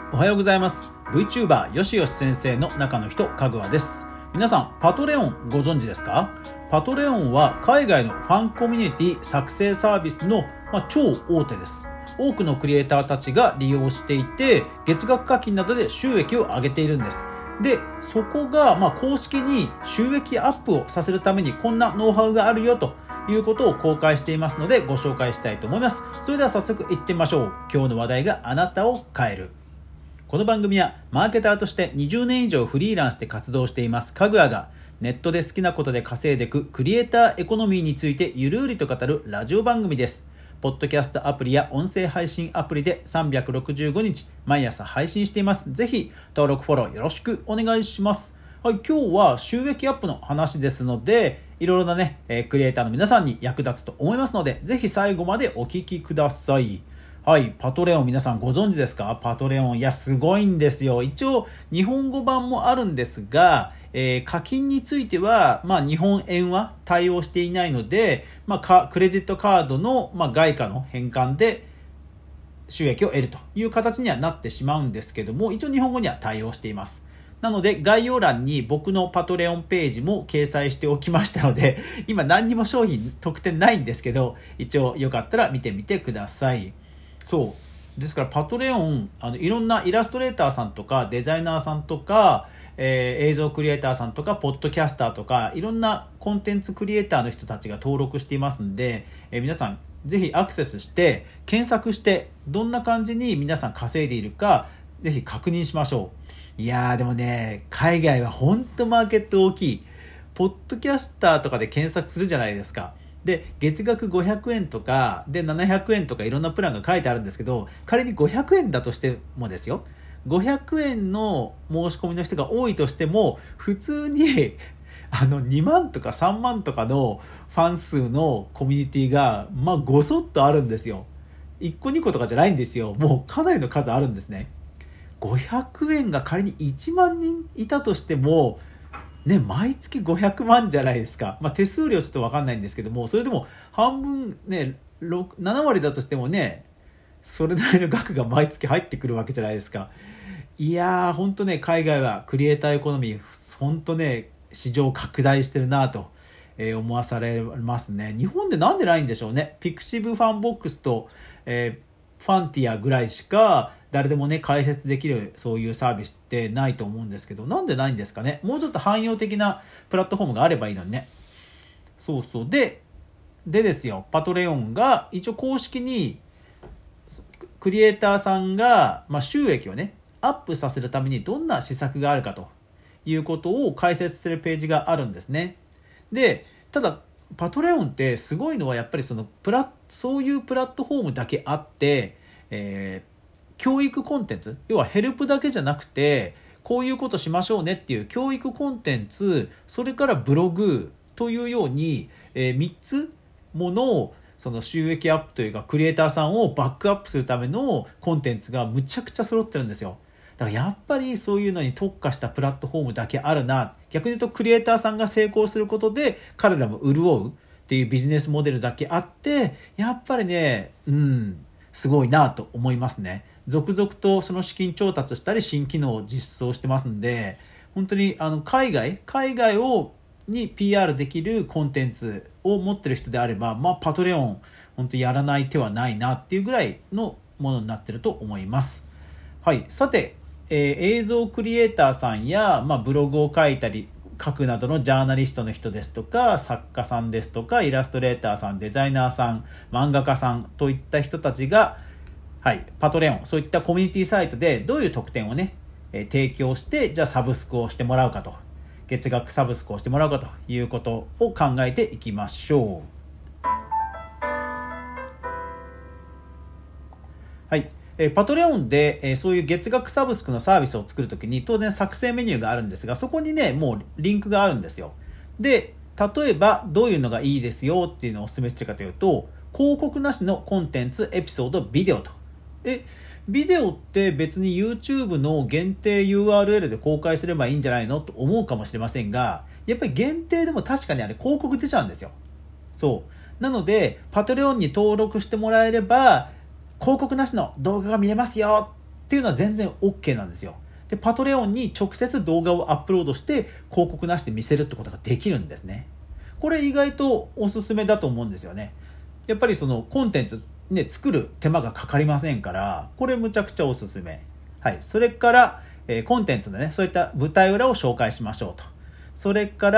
おはようございます。 VTuber よしよし先生の中の人、かぐわです。皆さんパトレオンご存知ですか？パトレオンは海外のファンコミュニティ作成サービスの、超大手です。多くのクリエイターたちが利用していて、月額課金などで収益を上げているんです。で、そこが公式に収益アップをさせるためにこんなノウハウがあるよということを公開していますので、ご紹介したいと思います。それでは早速いってみましょう。今日の話題があなたを変える。この番組はマーケターとして20年以上フリーランスで活動していますかぐわが、ネットで好きなことで稼いでいくクリエイターエコノミーについてゆるりと語るラジオ番組です。ポッドキャストアプリや音声配信アプリで365日毎朝配信しています。ぜひ登録フォローよろしくお願いします。はい、今日は収益アップの話ですので、いろいろなクリエイターの皆さんに役立つと思いますので、ぜひ最後までお聞きください。はい、パトレオン皆さんご存知ですか？パトレオン、いやすごいんですよ。一応日本語版もあるんですが、課金については、日本円は対応していないので、クレジットカードの、外貨の返還で収益を得るという形にはなってしまうんですけども、一応日本語には対応しています。なので概要欄に僕のパトレオンページも掲載しておきましたので、今何にも商品特典ないんですけど、一応よかったら見てみてください。そうですからパトレオン、いろんなイラストレーターさんとかデザイナーさんとか、映像クリエイターさんとかポッドキャスターとかいろんなコンテンツクリエイターの人たちが登録していますので、皆さんぜひアクセスして検索してどんな感じに皆さん稼いでいるかぜひ確認しましょう。いやーでもね、海外は本当マーケット大きい。ポッドキャスターとかで検索するじゃないですか。で、月額500円とかで700円とかいろんなプランが書いてあるんですけど、仮に500円だとしてもですよ、500円の申し込みの人が多いとしても、普通に2万とか3万とかのファン数のコミュニティがごそっとあるんですよ。1個2個とかじゃないんですよ。もうかなりの数あるんですね。500円が仮に1万人いたとしてもね、毎月500万じゃないですか。手数料ちょっと分かんないんですけども、それでも半分ね、7割だとしてもね、それなりの額が毎月入ってくるわけじゃないですか。いやー本当ね、海外はクリエイターエコノミー本当ね、市場拡大してるなと思わされますね。日本でなんでないんでしょうね。ピクシブファンボックスと、ファンティアぐらいしか誰でもね解説できるそういうサービスってないと思うんですけど、なんでないんですかね。もうちょっと汎用的なプラットフォームがあればいいのにね。そうでですよ、パトレオンが一応公式にクリエイターさんが、収益をねアップさせるためにどんな施策があるかということを解説するページがあるんですね。で、ただパトレオンってすごいのはやっぱりそういうプラットフォームだけあって、教育コンテンツ、要はヘルプだけじゃなくてこういうことしましょうねっていう教育コンテンツ、それからブログというように、3つものその収益アップというかクリエイターさんをバックアップするためのコンテンツがむちゃくちゃ揃ってるんですよ。だからやっぱりそういうのに特化したプラットフォームだけあるな。逆に言うとクリエイターさんが成功することで彼らも潤うっていうビジネスモデルだけあって、やっぱりね、すごいなと思いますね。続々とその資金調達したり新機能を実装してますんで、本当に海外に PR できるコンテンツを持ってる人であれば、パトレオン本当にやらない手はないなっていうぐらいのものになってると思います。はい、さて、映像クリエイターさんや、ブログを書いたり書くなどのジャーナリストの人ですとか作家さんですとかイラストレーターさん、デザイナーさん、漫画家さんといった人たちが、パトレオン、そういったコミュニティサイトでどういう特典をね、提供して、じゃあサブスクをしてもらうかと、月額サブスクをしてもらうかということを考えていきましょう。はい、パトレオンで、そういう月額サブスクのサービスを作るときに当然作成メニューがあるんですが、そこにねもうリンクがあるんですよ。で、例えばどういうのがいいですよっていうのをお勧めしてるかというと、広告なしのコンテンツ、エピソード、ビデオと。ビデオって別に YouTube の限定 URL で公開すればいいんじゃないのと思うかもしれませんが、やっぱり限定でも確かにあれ広告出ちゃうんですよ。そうなのでパトレオンに登録してもらえれば広告なしの動画が見れますよっていうのは全然 OK なんですよ。でパトレオンに直接動画をアップロードして広告なしで見せるってことができるんですね。これ意外とおすすめだと思うんですよね。やっぱりそのコンテンツね、作る手間がかかりませんから、これむちゃくちゃおすすめ。はい、それから、コンテンツのね、そういった舞台裏を紹介しましょうと。それから、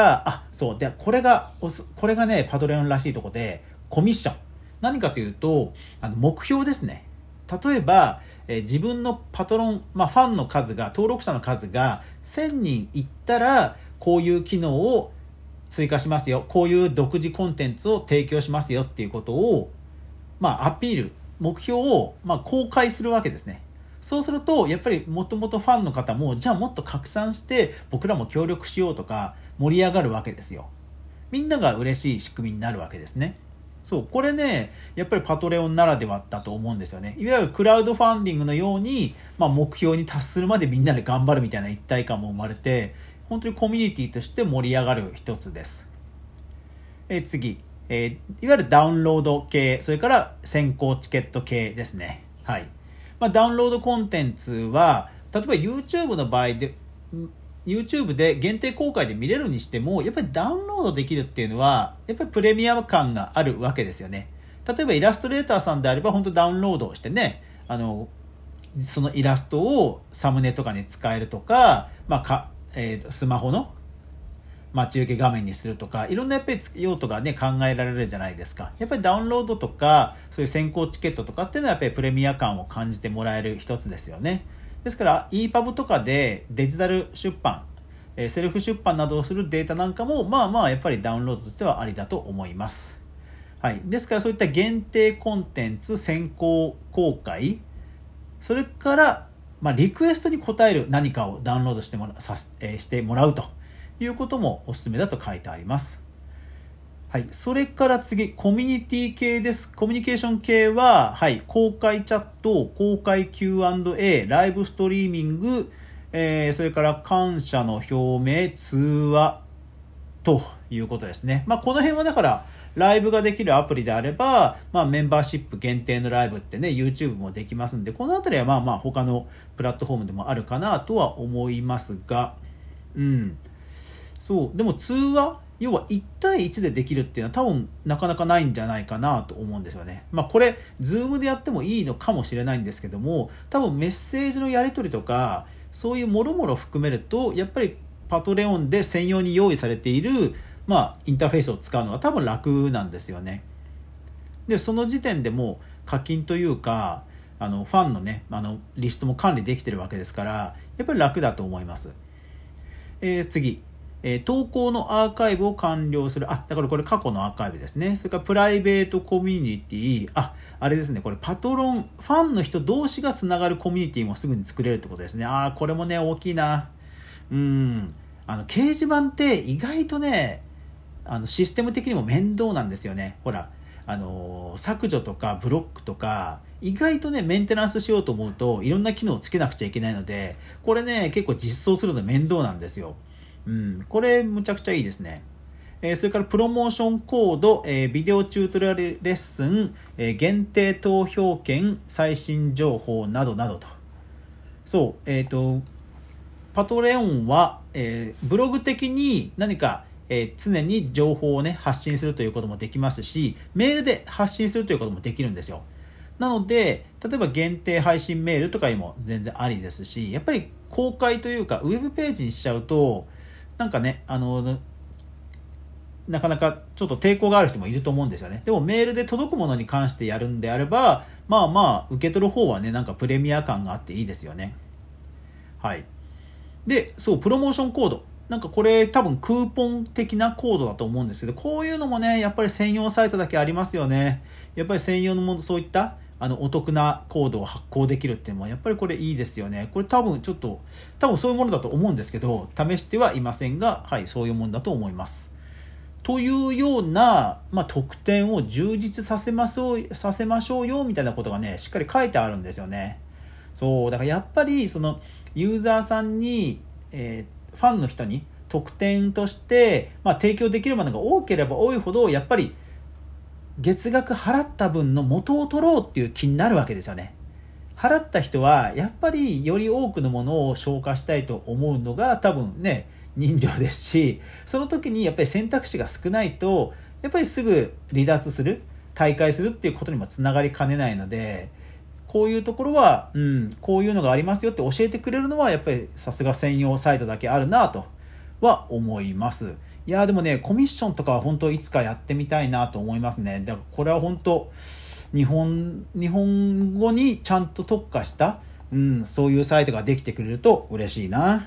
そうで、これがね、パトレオンらしいところで、コミッション。何かというと、目標ですね。例えば、自分のパトロン、ファンの数が、登録者の数が1000人いったら、こういう機能を追加しますよ。こういう独自コンテンツを提供しますよっていうことを、アピール、目標を、公開するわけですね。そうすると、やっぱりもともとファンの方も、じゃあもっと拡散して僕らも協力しようとか盛り上がるわけですよ。みんなが嬉しい仕組みになるわけですね。そう、これね、やっぱりパトレオンならではだと思うんですよね。いわゆるクラウドファンディングのように、目標に達するまでみんなで頑張るみたいな一体感も生まれて、本当にコミュニティとして盛り上がる一つです。次。いわゆるダウンロード系、それから先行チケット系ですね。はい。ダウンロードコンテンツは、例えば YouTube の場合で、YouTube で限定公開で見れるにしても、やっぱりダウンロードできるっていうのは、やっぱりプレミアム感があるわけですよね。例えばイラストレーターさんであれば、本当ダウンロードしてね、そのイラストをサムネとかに使えるとか、スマホの待ち受け画面にするとか、いろんなやっぱり用途がね考えられるじゃないですか。やっぱりダウンロードとかそういう先行チケットとかっていうのはやっぱりプレミア感を感じてもらえる一つですよね。ですから EPUB とかでデジタル出版、セルフ出版などをするデータなんかもやっぱりダウンロードとしてはありだと思います。はい、ですからそういった限定コンテンツ先行公開、それからリクエストに応える何かをダウンロードしてもらうということもおすすめだと書いてあります。はい、それから次、コミュニティ系です。コミュニケーション系は、はい、公開チャット、公開 Q&A、ライブストリーミング、それから感謝の表明、通話ということですね。この辺はだからライブができるアプリであれば、メンバーシップ限定のライブってね YouTube もできますんで、このあたりは他のプラットフォームでもあるかなとは思いますが、そうでも通話、要は1対1でできるっていうのは多分なかなかないんじゃないかなと思うんですよね。これ Zoom でやってもいいのかもしれないんですけども、多分メッセージのやり取りとかそういうもろもろ含めると、やっぱりパトレオンで専用に用意されているインターフェースを使うのは多分楽なんですよね。でその時点でもう課金というかファンのねリストも管理できてるわけですから、やっぱり楽だと思います。次、投稿のアーカイブを完了する。だからこれ過去のアーカイブですね。それからプライベートコミュニティ、あれですね、これパトロン、ファンの人同士がつながるコミュニティもすぐに作れるってことですね。これもね大きいな。掲示板って意外とねシステム的にも面倒なんですよね。ほら削除とかブロックとか意外とねメンテナンスしようと思うといろんな機能をつけなくちゃいけないので、これね結構実装するの面倒なんですよ。これむちゃくちゃいいですね。それからプロモーションコード、ビデオチュートリアルレッスン、限定投票券、最新情報などなどと。そう、パトレオンは、ブログ的に何か、常に情報をね発信するということもできますし、メールで発信するということもできるんですよ。なので例えば限定配信メールとかにも全然ありですし、やっぱり公開というかウェブページにしちゃうとなんかねなかなかちょっと抵抗がある人もいると思うんですよね。でもメールで届くものに関してやるんであれば受け取る方はねなんかプレミア感があっていいですよね。はい。でプロモーションコード、なんかこれ多分クーポン的なコードだと思うんですけど、こういうのもねやっぱり専用サイトだけありますよね。やっぱり専用のもの、そういったお得なコードを発行できるっていうのもやっぱりこれいいですよね。これ多分そういうものだと思うんですけど、試してはいませんが、はい、そういうものだと思います。というような、特典を充実させましょうよみたいなことがねしっかり書いてあるんですよね。そうだからやっぱりそのユーザーさんに、ファンの人に特典として、提供できるものが多ければ多いほど、やっぱり月額払った分の元を取ろうっていう気になるわけですよね。 払った人はやっぱりより多くのものを消化したいと思うのが多分ね人情ですし、その時にやっぱり選択肢が少ないとやっぱりすぐ離脱する、退会するっていうことにもつながりかねないので、こういうところは、こういうのがありますよって教えてくれるのはやっぱりさすが専用サイトだけあるなとは思います。いやでもねコミッションとかは本当いつかやってみたいなと思いますね。だからこれは本当日本語にちゃんと特化した、そういうサイトができてくれると嬉しいな。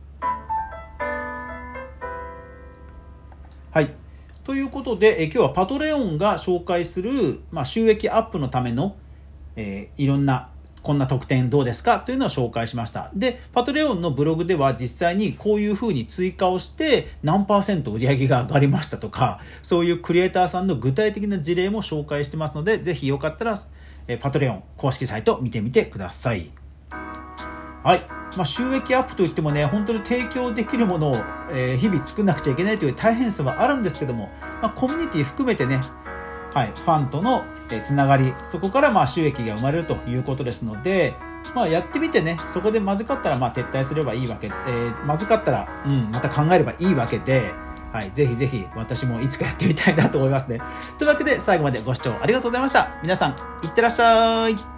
はい、ということで、今日はパトレオンが紹介する、収益アップのための、いろんなこんな特典どうですかというのを紹介しました。で、パトレオンのブログでは実際にこういうふうに追加をして何%売り上げが上がりましたとか、そういうクリエイターさんの具体的な事例も紹介してますので、ぜひよかったらパトレオン公式サイト見てみてください。はい、収益アップといってもね本当に提供できるものを、日々作んなくちゃいけないという大変さはあるんですけども、コミュニティ含めてね、ファンとのつながり、そこから収益が生まれるということですので、やってみてね、そこでまずかったら撤退すればいいわけ、まずかったら、また考えればいいわけで、ぜひぜひ私もいつかやってみたいなと思いますね。というわけで最後までご視聴ありがとうございました。皆さんいってらっしゃい。